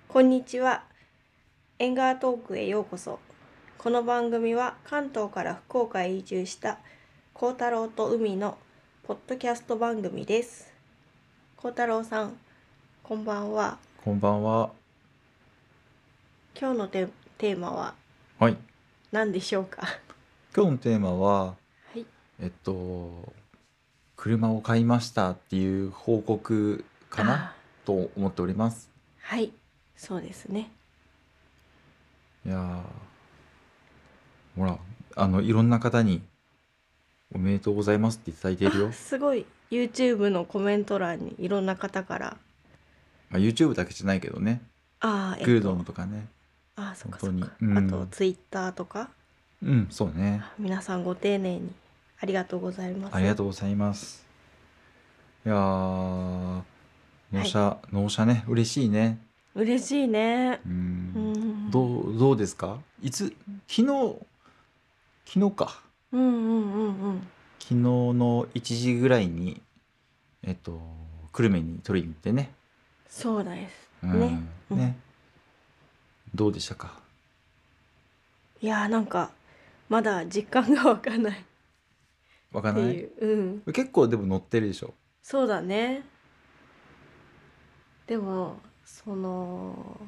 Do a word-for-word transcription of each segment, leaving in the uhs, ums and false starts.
こんにちは。縁側トークへようこそ。この番組は関東から福岡へ移住した幸太郎と海のポッドキャスト番組です。幸太郎さん、こんばんは。 こんばんは。 今日のテテーマははい。 何でしょうか？ 今日のテーマは、 はい。 えっと、車を買いましたっていう報告かなあと思っております。 あ、はい。そうですね。 いやー、ほら、あの、いろんな方におめでとうございますっていただいているあ、 よ。 すごい。YouTube のコメント欄にいろんな方から、 まあ、YouTube だけじゃないけどね。 ああ、えっグルドと、 ンとかね。 ああ、そっ本当に。 かそっか。 うあと、 ん。 Twitter とか、 うん、そうね。 皆さんご丁寧にありがとうございまありす。 がとうございます。いやー、納はい。 車、納車ね、嬉しいね。 嬉しいね。 ううん。 ん。 どう、どうですか？いつ、昨日、昨日か。 うんうんうんうん。 昨日のいちじぐらいに、えっと、久留米に取りに行ってね。 そうですね。 うん。 うん。 ね。どうでしたか？ いやーなんかまだ実感がわかんないっわかんない？ ていう。うん。 結構でも乗ってるでしょ。 そうだね。でもその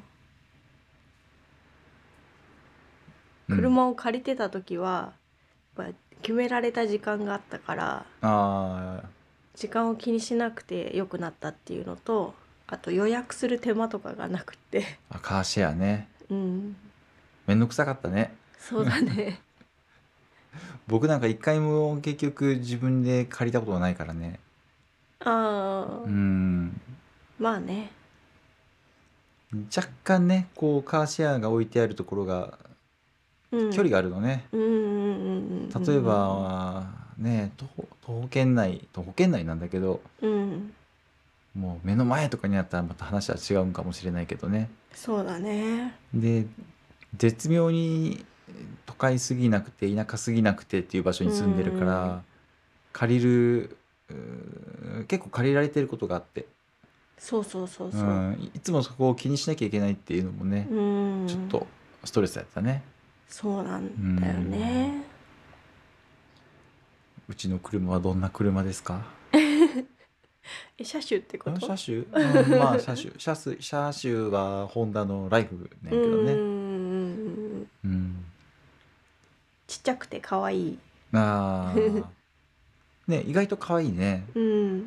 うん。 車を借りてた時はやっぱ決められた時間があったからあ時間を気にしなくてよくなったっていうのと、あと予約する手間とかがなくて。 ーあ、カーシェアね。 うん。 めんどくさかったね。 そうだね。 僕なんか一回も結局自分で借りたことがないからね。 あうあ、 ん。 まあね。 若干ね、こう、カーシェアが置いてあるところが、 うん。 距離があるのね。 うんうんうんうんうん例えうんば、ね、徒歩、徒歩圏内、徒歩圏内なんだけど、 うん。うん。 もう目の前とかにあったらまた話は違うんかもしれないけどね。 そうだね。 で、絶妙に都会すぎなくて田舎すぎなくてっていう場所うに住んでるかん。 ら、借りる、うー結構借りられてることがあって、 そうそうそうそう。 うん、いいつもそこを気にしなきゃいけないっていうのもね、 うん。 ちょっとストレスだったね。 そうなんうだよん。 ね。 うちの車はどんな車ですか？ え、車種ってこあ、 と？ 車種、うん、まあ車種、車種、車種はホンダのライフねうんけどね。 ん。 うん。 ちっちゃくて可愛い。 ああ、ね、意外と可愛いね。 うん。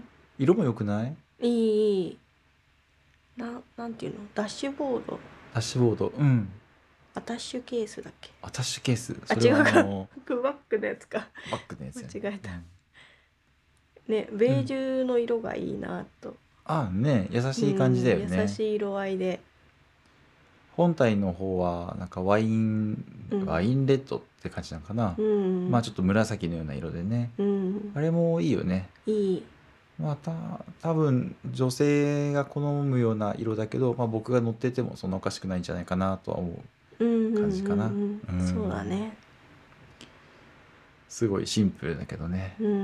色も良くない？ いいいい。な、なんていうの、ダッシュボード。 ダッシュボード。うん。 アタッシュケースだっけ？ アタッシュケース。 あ、 それはあ違うか。 の、 バックのやつか。 バックのやつやね。 間違えた。 うん。 ね、ベージうん。 ュの色がいいなと。 ああね、優うしい感じだん、 よね。 優しい色合いで。 本体の方は、なんかワイン、 うん。 ワインレッドって感じなのかな。 うん。 まあちょっと紫のような色でね。 うん。 あれもいいよね。 いい。 まあた、多分女性が好むような色だけど、まあ僕が乗っててもそんなおかしくないんじゃないかなとは思ううんうんうん感じかな。 うん。 うそうだん。 ね。 すごいシンプルだけどね。 うん。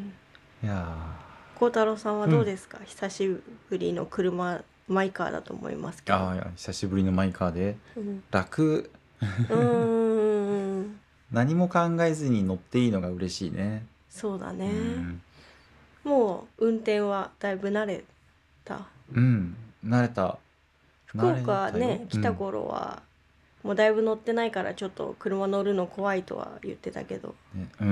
いや幸太郎さんはー、うん。 どうですか？久しぶりの車、マイカーだと思いますけど。 ああ、久しぶりのマイカーで。 うん。 楽。 うーん。 何も考えずに乗っていいのが嬉しいね。 そうだうね。 ん。 もう運転はだいぶ慣れた？ うん。慣れた。 福慣れたよ。 岡ね、来たうん。 頃はもうだいぶ乗ってないからちょっと車乗るの怖いとは言ってたけど。 ね、うん。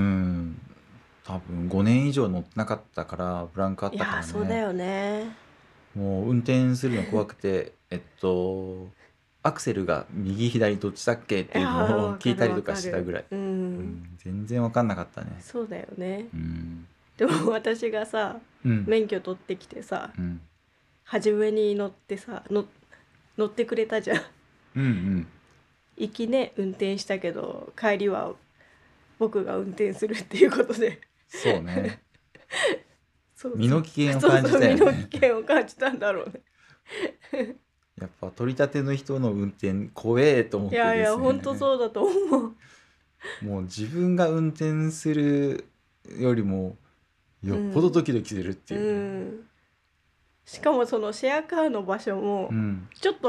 多分ごねん以上乗ってなかったから、ブランクあったかいやー、 らね。 そうだよね。 もう運転するの怖くて、えっと、アクセルが右左どっちだっけっいやていうのー、 をわかるわ聞いたりとかかる。 してたぐらい。 ううん。 ん。全然わかんなかったね。 そうだよね。 うん。 でも私がさ、 うん。 免許取ってきてさ、 うん。 初めに乗ってさ、の乗ってくれたじゃん。 うんうん。 行きね、運転したけど、帰りは僕が運転するっていうことで。 そうね。 そうそう。 身の危険をそうそう、 感じた身の危よね。 険を感じたんだろうね。 やっぱ取り立ての人の運転怖えと思っていやいや、ほんとですね。 そうだと思う。 もう自分が運転するよりもうよっぽどドん。 キドキするってういうね。 ん。しかもそのシェアカーの場所も、 うん。 ちょっと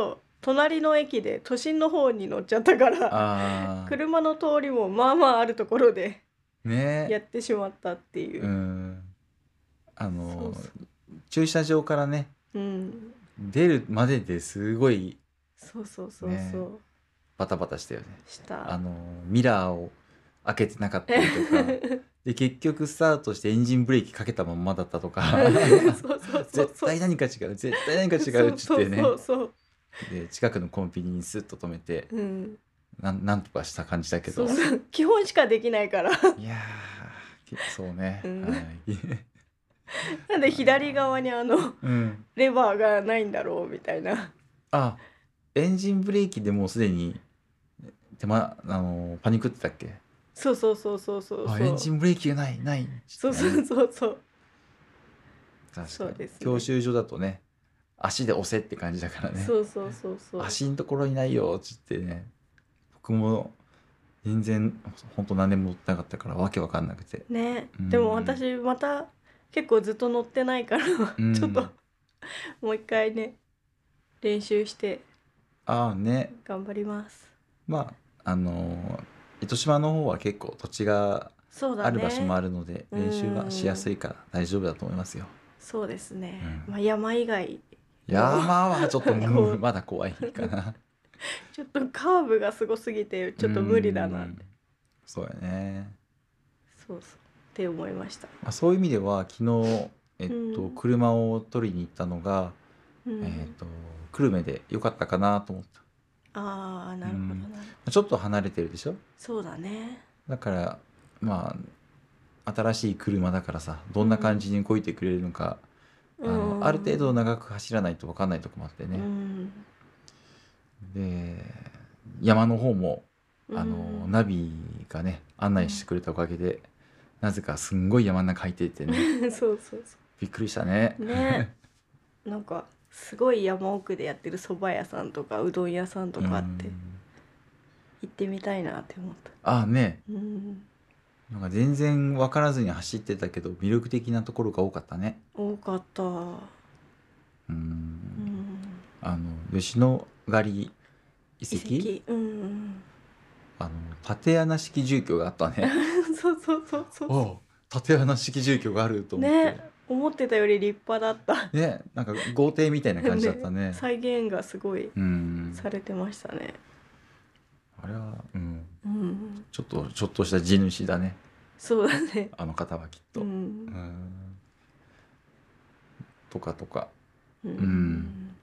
隣の駅で都心の方に乗っちゃったからああ、 車の通りもまあまああるところでやね。 ってしまったっていうう。 ん。あそうのそう。 駐車場からね、 うん。 出るまでですごいそうそうそうね、 そう。 バタバタしたよね。 しあた。 のミラーを開けてなかったりとか、で結局スタートしてエンジンブレーキかけたまんまだったとか、 そうそうそう絶そう。 対何か違う、絶対何か違そううっつそうってね。 そうそう。 で近くのコンビニにスッと止めて、 うん。 なんなんとかした感じだけど、 そうそう。基本しかできないから。 いやー、けそうね、 うんはい。 なんで左側にあのうん。 レバーがないんだろうみたいな。 あ、エンジンブレーキでもうすでに手間、あのパニックってたっけ？ そうそうそうそうそうあ、エンジそう。 ンブレーキがないないっつそうそうってね。 そうそう。 確かにそうですね。 教習所だとね、足で押せって感じだからね。 そうそうそうそう。 足のところにないよっつってね、僕も全然本当何年も乗ってなかったからわけわかんなくて。 ね。 うんでも私また結構ずっと乗ってないからうんちょっともう一回ね練習してああね、 頑張ります。 まああの糸島の方は結構土地がそうだある場所もね。 あるので練習はしやすいから大丈夫だと思いますよ。 そうですね。 うんまあ山以外山はちょっとこもううまだ怖いかな。 ちょっとカーブがすごすぎてちょっと無理だなって。 うんそうやね。 そうそうって思いました。 まあ、そういう意味では昨日、えっとうん車を取りに行ったのが、 うんえっと久留米で良かったかなと思った。 ああなるほどうんな。 ちょっと離れてるでしょ。 そうだね。 だからまあ新しい車だからさ、どんな感じに動いてくれるのか、あのある程度長く走らないと分かんないとこもあってうね。 んで山の方もうんあのナビがね案内してくれたおかげで、なぜかすんごい山の中入っていてね、 そうそうそびっくりしたね。 うね。なんかすごい山奥でやってる蕎麦屋さんとかうどん屋さんとかあってうん行ってみたいなって思った。 ああね、 うんなんか全然分からずに走ってたけど魅力的なところが多かったね。 多かった。ううんんあの吉野ヶ里遺遺跡、 跡。うんあの縦穴式住居があったね。 そうそうそうそうおう縦穴式住居があると思ってね、思ってたより立派だった。 ね、なんか豪邸みたいな感じだったね。 再現がすごいうんされてましたね。 あれは、うん、 うんちょっとちょっとした地主だね、 そうだね。 あの方はきっと。 ううんんとかとか。 ううんん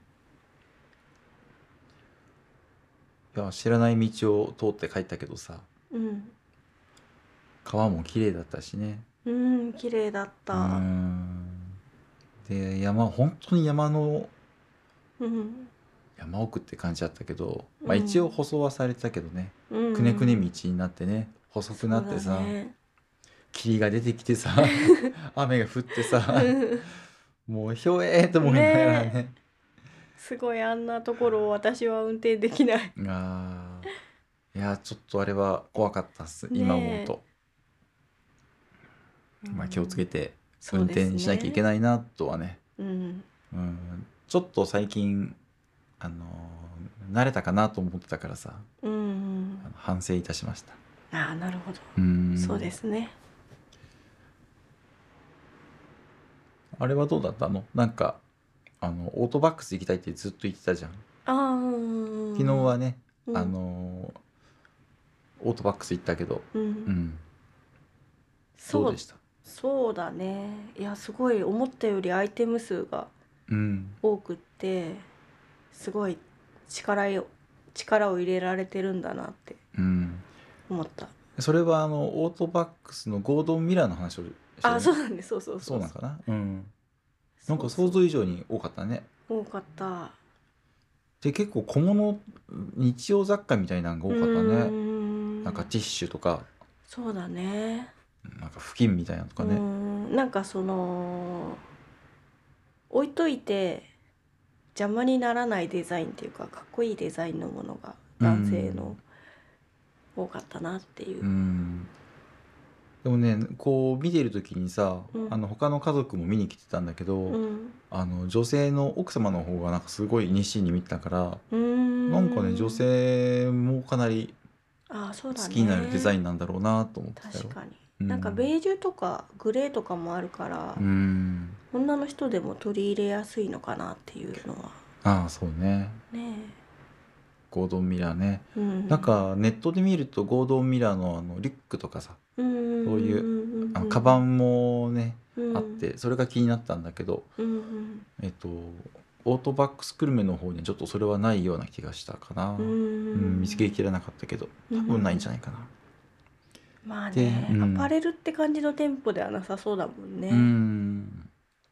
いや知らない道を通って帰ったけどさ、 うん川も綺麗だったしね。 うん綺麗だっうた。 んで山本当に山のうん山奥って感じだったけど、まあ、 うん一応舗装はされてたけどね、 うんくねくね道になってね、細くなってそうださ、 ね。 霧が出てきてさ雨が降ってさもうひょえーと思いながらねねすごいあんなところを私は運転できない。 あーいやちょっとあれは怖かったっす、 ねえ今思うと。まあ、気をつけて運そうですね転しなきゃいけないなとはね、 うんうん、ちょっと最近あのー慣れたかなと思ってたからさ、 うんあの反省いたしました。 ああなるほど。 うんそうですね。 あれはどうだったの？なんかあのオートバックス行きたいってずっと言ってたじゃん。 ああうん昨日はね、 うんあのーオートバックス行ったけど、 ううんん、 そうどうでした？ そうだね。いやすごい思ったよりアイテム数がうん多くってすごい力を力を入れられてるんだなってうん思った。 それはあのオートバックスのゴードン・ミラーの話をしてるあそうなんです。そうそうそうなんかな。うんそうんなか想像以上に多かったね。 多かった。 で結構小物日用雑貨みたいなのが多かったうーね。 んなんかティッシュとかそうだね。 なんか布巾みたいなのとかうーね。 んなんかその置いといて邪魔にならないデザインっていうかかっこいいデザインのものが男性の多かったなっていうう。 んでもねこう見てる時にさ、 うんあの他の家族も見に来てたんだけど、 うんあの女性の奥様の方がなんかすごい熱心に見てたから、 うーんなんかね女性もかなりああそうだね。 好きになるデザインなんだろうなと思ってたよ。 確かに、 うん、 なんかベージュとかグレーとかもあるから、 うん、 女の人でも取り入れやすいのかなっていうのはああそうね。 ねゴードンミラーね。 え。うんなんかネットで見るとゴードンミラーのあのリュックとかさ、 うんうんそういううんあのカバンもね、 うんあってそれが気になったんだけど、 うんうんえっとオートバックスクルメの方にはちょっとそれはないような気がしたかな。 うんうん見つけきれなかったけど多分ないんじゃないかな。 まあでね、 うんアパレルって感じの店舗ではなさそうだもんね。 うん、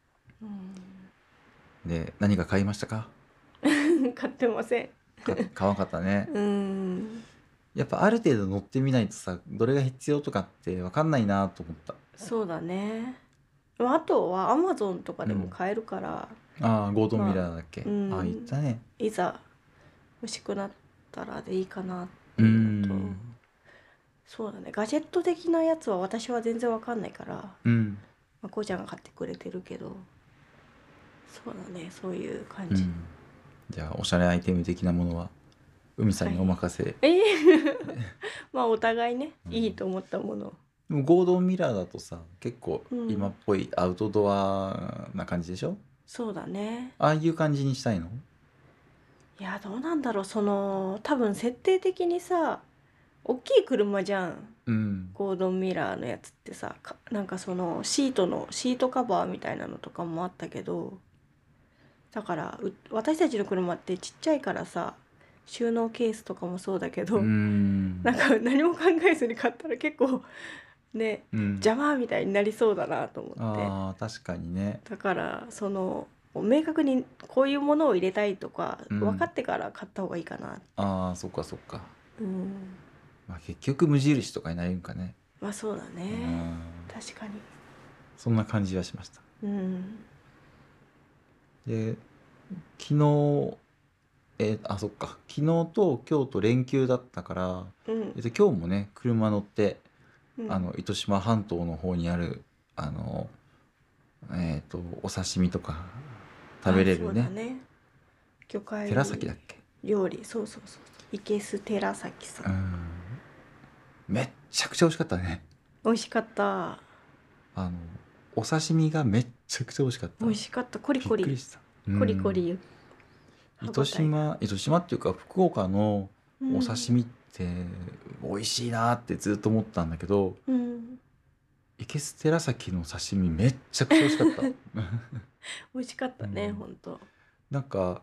うんで何か買いましたか？ 買ってません。 か買わなかったね。 うんやっぱある程度乗ってみないとさ、どれが必要とかって分かんないなと思った。 そうだね。まああとはアマゾンとかでうんも買えるから、 ああゴードンミまラーだっけ、 あ、うんああ言ったね。 いざ欲しくなったらでいいかなっうていうのと、 んそうだね、ガジェット的なやつは私は全然わかんないから、まうんあ、こうちゃんが買ってくれてるけど、そうだね、そういう感じ。 うんじゃあおしゃれアイテム的なものは海さんにお任せ。 えーまあお互いね、 うんいいと思ったもの。 でもゴードンミラーだとさ結構うん今っぽいアウトドアな感じでしょ？ そうだね。 ああいう感じにしたいの？ いやどうなんだろう、その多分設定的にさ、大きい車じゃん。 うんゴードンミラーのやつってさ、かなんかそのシートのシートカバーみたいなのとかもあったけど、だからう私たちの車ってちっちゃいからさ、収納ケースとかもそうだけうど、 んなんか何も考えずに買ったら結構ねうん邪魔みたいになりそうだなと思って、 ああ確かにね。 だからその明確にこういうものを入れたいとかうん分かってから買った方がいいかな。 ああそっかそっか。 うんまあ結局無印とかになるんかね。 まあそうだうね、 ん確かに。 そんな感じはしました。 うんで昨日えーあそっか昨日と今日と連休だったから、 うんえっと、今日もね車乗ってうんあの糸島半島の方にあるあのえっとお刺身とか食べれあそるねうだね、魚介寺崎だっけ？ 料理、そうそうそう、いけす寺崎さ、 うんんめっちゃくちゃ美味しかったね。 美味しかった。 あのお刺身がめっちゃくちゃ美味しかった。 美味しかった。コリびっコリくりした。 コリコうんリ糸島糸島っていうか福岡のお刺身、 身って美味しいなってずっと思ったんだけど、 うんうんいけす寺崎の刺身めっちゃくちゃ美味しかった。 美味しかったね、 うんほんと。 なんか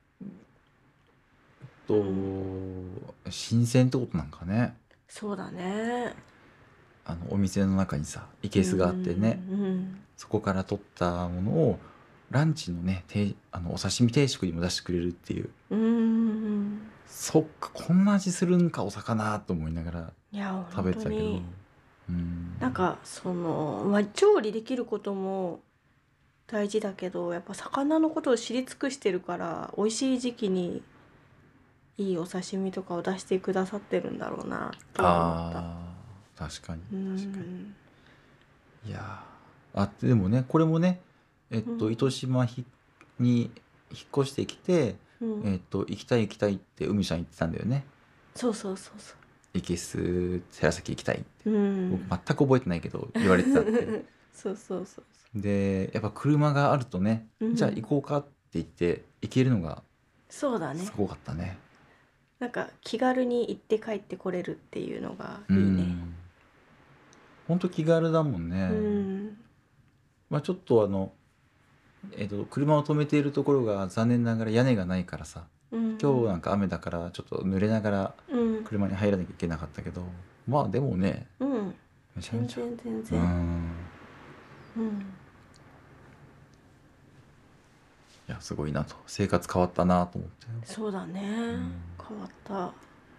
と、 う新鮮ってことなんかね。 そうだね。 あのお店の中にさいけすがあってね、 うんうんそこから取ったものをランチのねてあのお刺身定食にも出してくれるっていう。 うんうんそっかこんな味するんかお魚と思いながらいや食べてたけど、 本当にうんなんかその、まあ、調理できることも大事だけど、やっぱ魚のことを知り尽くしてるから美味しい時期にいいお刺身とかを出してくださってるんだろうなとは思った。 あー確かにう確かに。 んいやーあでもねこれもねえっと、 うん糸島ひに引っ越してきて、 うんえっと行きたい行きたいって海さん言ってたんだよね。 そうそうそうそいけす寺崎行きたいって、 う。うん僕全く覚えてないけど言われてたってそうそうそうでやっぱ車があるとね、 うんじゃあ行こうかって言って行けるのがそうだね。 すごかったね。 なんか気軽に行って帰ってこれるっていうのがいいね。 うんほんと気軽だもんね。 うんまあちょっとあのえっと車を止めているところが残念ながら屋根がないからさ、 うん今日なんか雨だからちょっと濡れながらうん車に入らなきゃいけなかったけど、まあでもねうん全めちゃめちゃ然全然うんうんいやすごいなと生活変わったなと思ってよ。 そうだね、 ん変わった。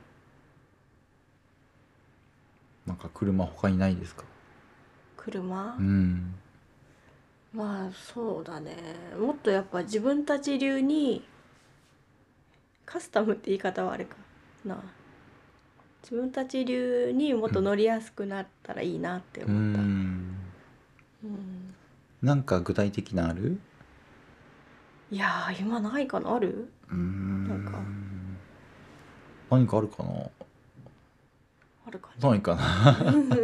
なんか車他にないですか？ 車、 うんまあそうだね、もっとやっぱ自分たち流にカスタムって言い方はあれかな、自分たち流にもっと乗りやすくなったらいいなってう思った。 んうんなんか具体的なある？ いやー今ないかな、ある？ うんなんか何かあるかな。 あるかな。 何かな。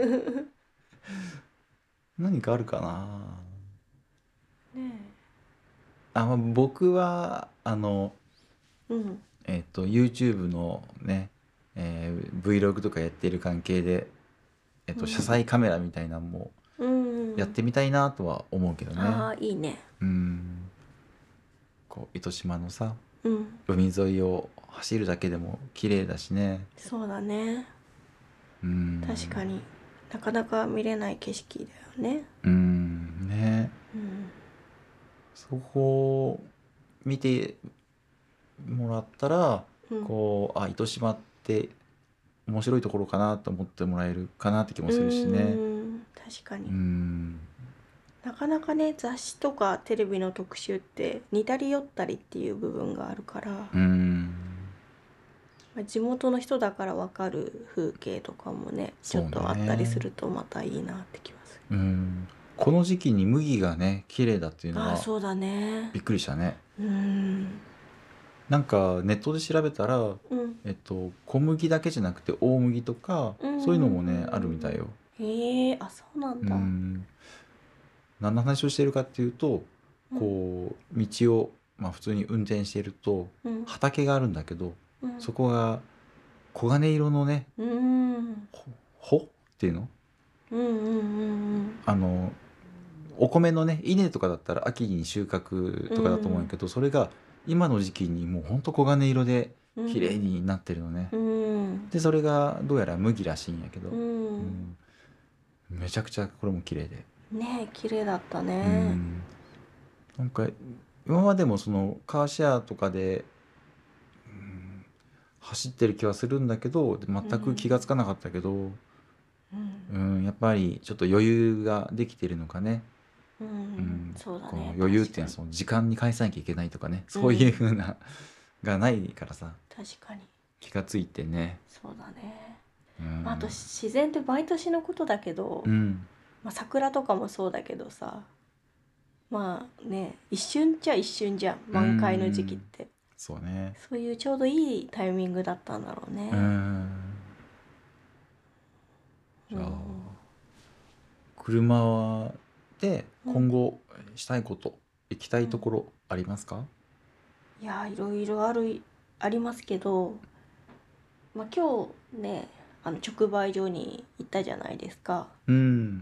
何かあるかな。 ねあ、まあ僕はあのえ。うんえっと YouTube のね、えー Vlog とかやってる関係で、えっと車うん載カメラみたいなのもうんうん。 やってみたいなとは思うけどね。 ああ、いいね。 うん。こう糸島のさうん。 海沿いを走るだけでも綺麗だしね。 そうだね。 うん。 確かになかなか見れない景色だよね。 うんね。 うんそこを見てもらったら、 うんこうあ糸島って面白いところかなと思ってもらえるかなって気もうするしね。 ーん確かうにん。 なかなかね雑誌とかテレビの特集って似たり寄ったりっていう部分があるから、 うん。 まあ、地元の人だから分かる風景とかもねちそうょっとあったりすね。 るとまたいいなって気がすうん。この時期に麦がね綺麗だっていうる。 のはああそうだね。 びっくりしたね。 うーんなんかネットで調べたら、 うんえっと小麦だけじゃなくて大麦とかうんうんそういうのもねうんあるみたいよ。 へえあそうなんうだ。 ん。何の話をしてるかっていうと、 うんこう道をまあ普通に運転しているとうん畑があるんだけど、 うんそこが黄金色のね、 うーんほ穂っていうの、 うんうんうんあのお米のね稲とかだったら秋に収穫うんとかだと思うんやけど、それが今の時期にもうほんと黄金色でうん綺麗になってるのね。 うんでそれがどうやら麦らしいんやけど、 ううんん、めちゃくちゃこれも綺麗で、 ねえ綺麗だったうね。 ん、なんか今までもそのカーシェアとかで、うん、走ってる気はするんだけど全く気がつかなかったけど、 うんうん、やっぱりちょっと余裕ができてるのかね。 ううんん、こそうだねう余裕っ確かにていうのはその時間に返さなきゃいけないとかね、 うそういうん風ながないからさ、 確かに気がついてね。 そうだね。 うまあ、あとん、 自然って毎年のことだけど、 うん、 まあ、桜とかもそうだけどさまあね一瞬っちゃ一瞬じゃんう満開の時期っん、 て。 そうね。 そういうちょうどいいタイミングだったんだろううね。 ん。じゃあうん車でうん今後したいこと、行きたうんいところありますか？ いやいろいろあるありますけど、まあ、今日ねあの直売所に行ったじゃないですか。 うん、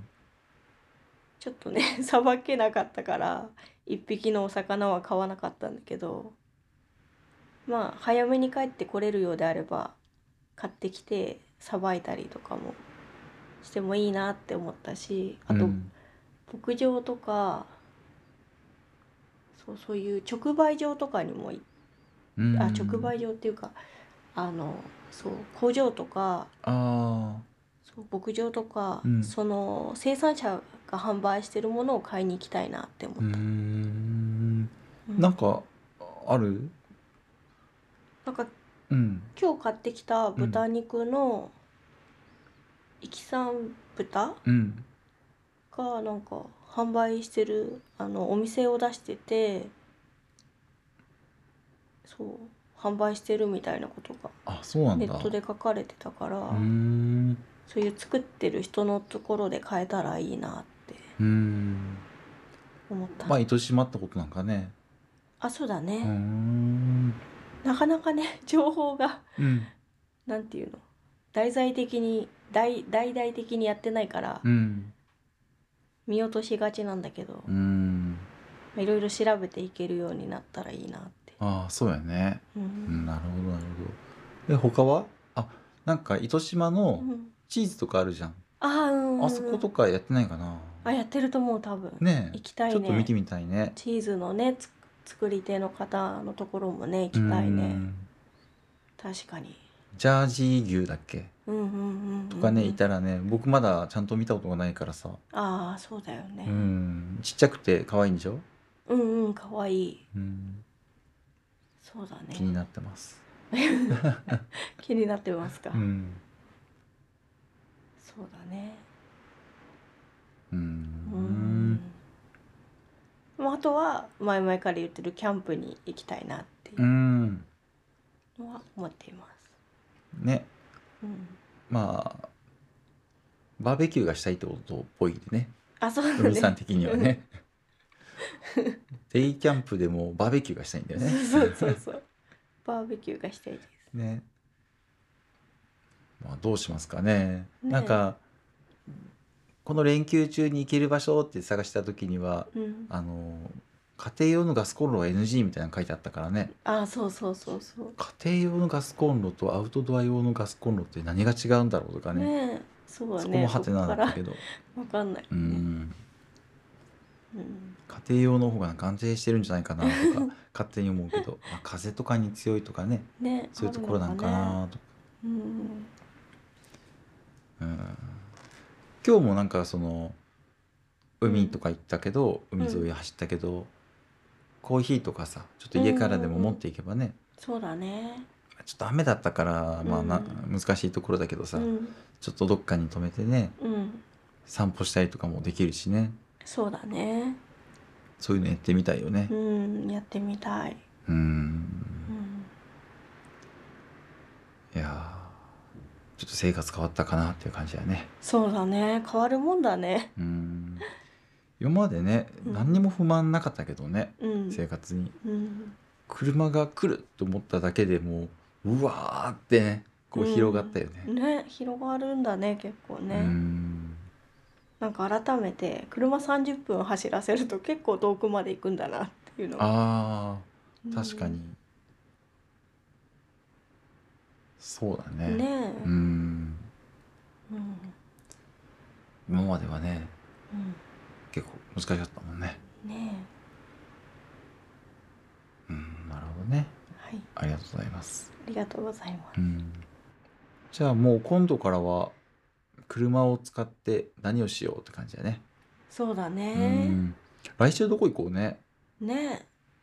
ちょっとねさばけなかったから一匹のお魚は買わなかったんだけど、まあ早めに帰ってこれるようであれば買ってきてさばいたりとかもしてもいいなって思ったし、あとうん、 牧場とかそうそういう直売所とかにもいうあ直ん。 売所っていうかあのそう工場とかああ、 そう牧場とかうん。 その生産者が販売してるものを買いに行きたいなって思っうーた。 ん。 うん、 なんかある？ なんかうん、 今日買ってきたうん、 豚肉のイキサン豚うん。 がなんか販売してるあのお店を出してて、そう販売してるみたいなことがあ、そうなんだ。 ネットで書かれてたかうーら、 ん、 そういう作ってる人のところで買えたらいいなってうーん。 思った。 まあ、糸島ってことなんかね。 あそうだうーね。 ん、 なかなかね情報がうん、 なんていうの題材的に大大々的にやってないからうん、 見落としがちなんだけど、 うーん。 いろいろ調べていけるようになったらいいなって。 ああ、そうやね。 ううん、 んなるほど、なるほど。で、他は？あ、なんか糸島のうんチーズとかあるじゃん。 ああうんあそうんうんことかやってないかな。 あやってると思う多分。 ねえ、 行きたちょいね。 っと見てみたいね。 チーズのねつ作り手の方のところもね行うーきたいね。 ん。 確かに。 ジャージー牛だっけうんうんうんうんとかね、いうんたらね、僕まだちゃんと見たことがないからさ。 ああそうだようね。 ん、ちっちゃくて可愛いんでしょ？ うんうんかわいい。 うん、 そうだね。 気になってます。 気になってますか。 うん。 そうだね。 うーうーん。 ん。まああとは前々から言ってるキャンプに行きたいなっていうーん。 うのは思っています。 ね、 うんまあバーベキューがしたいってことっぽいでね、 あそうだ海さんね的にはねデイキャンプでもバーベキューがしたいんだよねそうそうそうバーベキューがしたいですね、まあ、どうしますかね。 ねなんかこの連休中に行ける場所って探した時には、 うんあの家庭用のガスコンロは エヌジー みたいなの書いてあったからね。 あそうそうそうそう家庭用のガスコンロとアウトドア用のガスコンロって何が違うんだろうとかね、 ねえそうだそこねもハテナそこからだったけど、 わかんないうねんうん家庭用の方が安定してるんじゃないかなとか勝手に思うけど、まあ、風とかに強いとかね、 ねそういうところなんかなとか、 うんうん今日もなんかそのうん海とか行ったけど、 うん海沿い走ったけど、コーヒーとかさちょっと家からでも持っていけばね、 そうだねちょっと雨だったから、まあなうん難しいところだけどさ、 うんちょっとどっかに止めてねうん散歩したりとかもできるしね、 そうだねそういうのやってみたいよね。 うんやってみたいうんうんいやーちょっと生活変わったかなっていう感じだね。 そうだね変わるもんだねうん今までね、 うん何にも不満なかったけどね、 うん生活にうん車が来ると思っただけでもううわーってねこう広がったよね。 ね広がるんだね結構うねんなんか改めて車さんじゅっぷん走らせると結構遠くまで行くんだなっていうのがあうんー確かに、そうだね。 ねえうんうん今まではねうん結構難しかったもんね。 ねうんなるほどね。 えはいありがとうございます。 ありがとうございますうんじゃあもう今度からは車を使って何をしようって感じだね。 そうだうねん来週どこ行こうね。 ね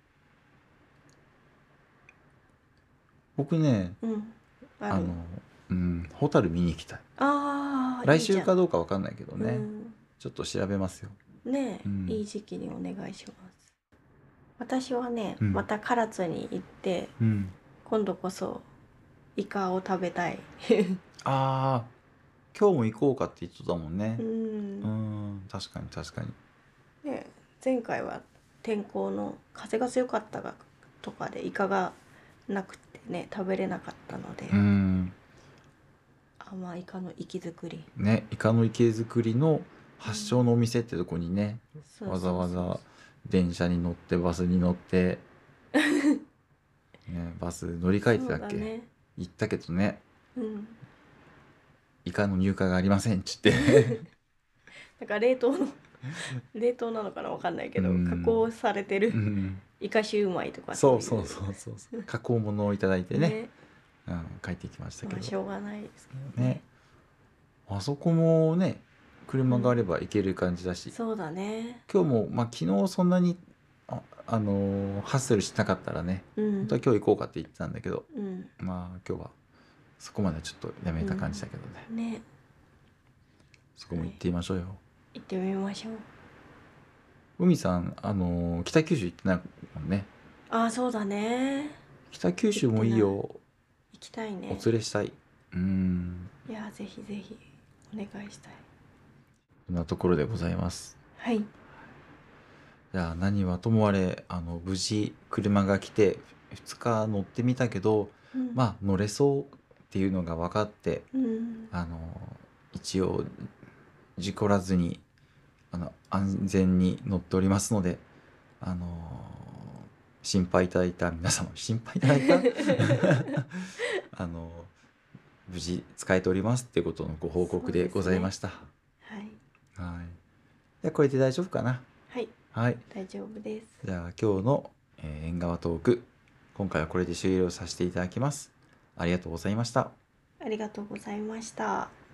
僕ねえうんあるあのうんホタル見に行きたい。 あー来週かいいどうかわかんないけどね、 じゃんうんちょっと調べますよ。 ねえ、 うんいい時期にお願いします私はね、 うんまた唐津に行ってうん今度こそイカを食べたいああ今日も行こうかって言ってたもんねう。 うんん確かに確かに。 ね前回は天候の風が強かったがとかでイカがなくてね食べれなかったので、 うんあまあイカの活き造りねイカの池作りの発祥のお店ってとこにね、 そうわざそうそうわざ電車に乗ってバスに乗って、ね、バス乗り換えてたっけ、 そうだね行ったけどねうんイカの入荷がありませんっつってなんか冷凍の冷凍なのかなわかんないけどうん加工されてるうんイカシューマイとかそういそうそうそうそう加工物をいただいてねねうん、帰ってきましたけどまあしょうがないですけどねねあそこもね車があれば行ける感じだし、 そうだね今日も、まあ、昨日そんなにあ、あのーハッスルしなかったらねうん本当は今日行こうかって言ってたんだけど、 うんまあ今日はそこまではちょっとやめた感じだけどね、 ねそこも行ってみましょうよ。 行ってみましょう海さん、あのー北九州行ってないもんね。 あそうだね北九州もいいよ、 行きたいおね連れしたい。うんいやぜひぜひお願いしたいそんなところでございます。 はいじゃあ何はともあれあの無事車が来てふつか乗ってみたけど、 うんまあ乗れそうっていうのが分かってうんあの一応事故らずにあの安全に乗っておりますのであの心配いただいた皆様心配いただいたあの無事使えておりますっていうことのご報告でございました。 はいはい。じゃあこれで大丈夫かな。 はいはい。 大丈夫ですじゃあ今日の、えー縁側トーク今回はこれで終了させていただきます。ありがとうございました。 ありがとうございました。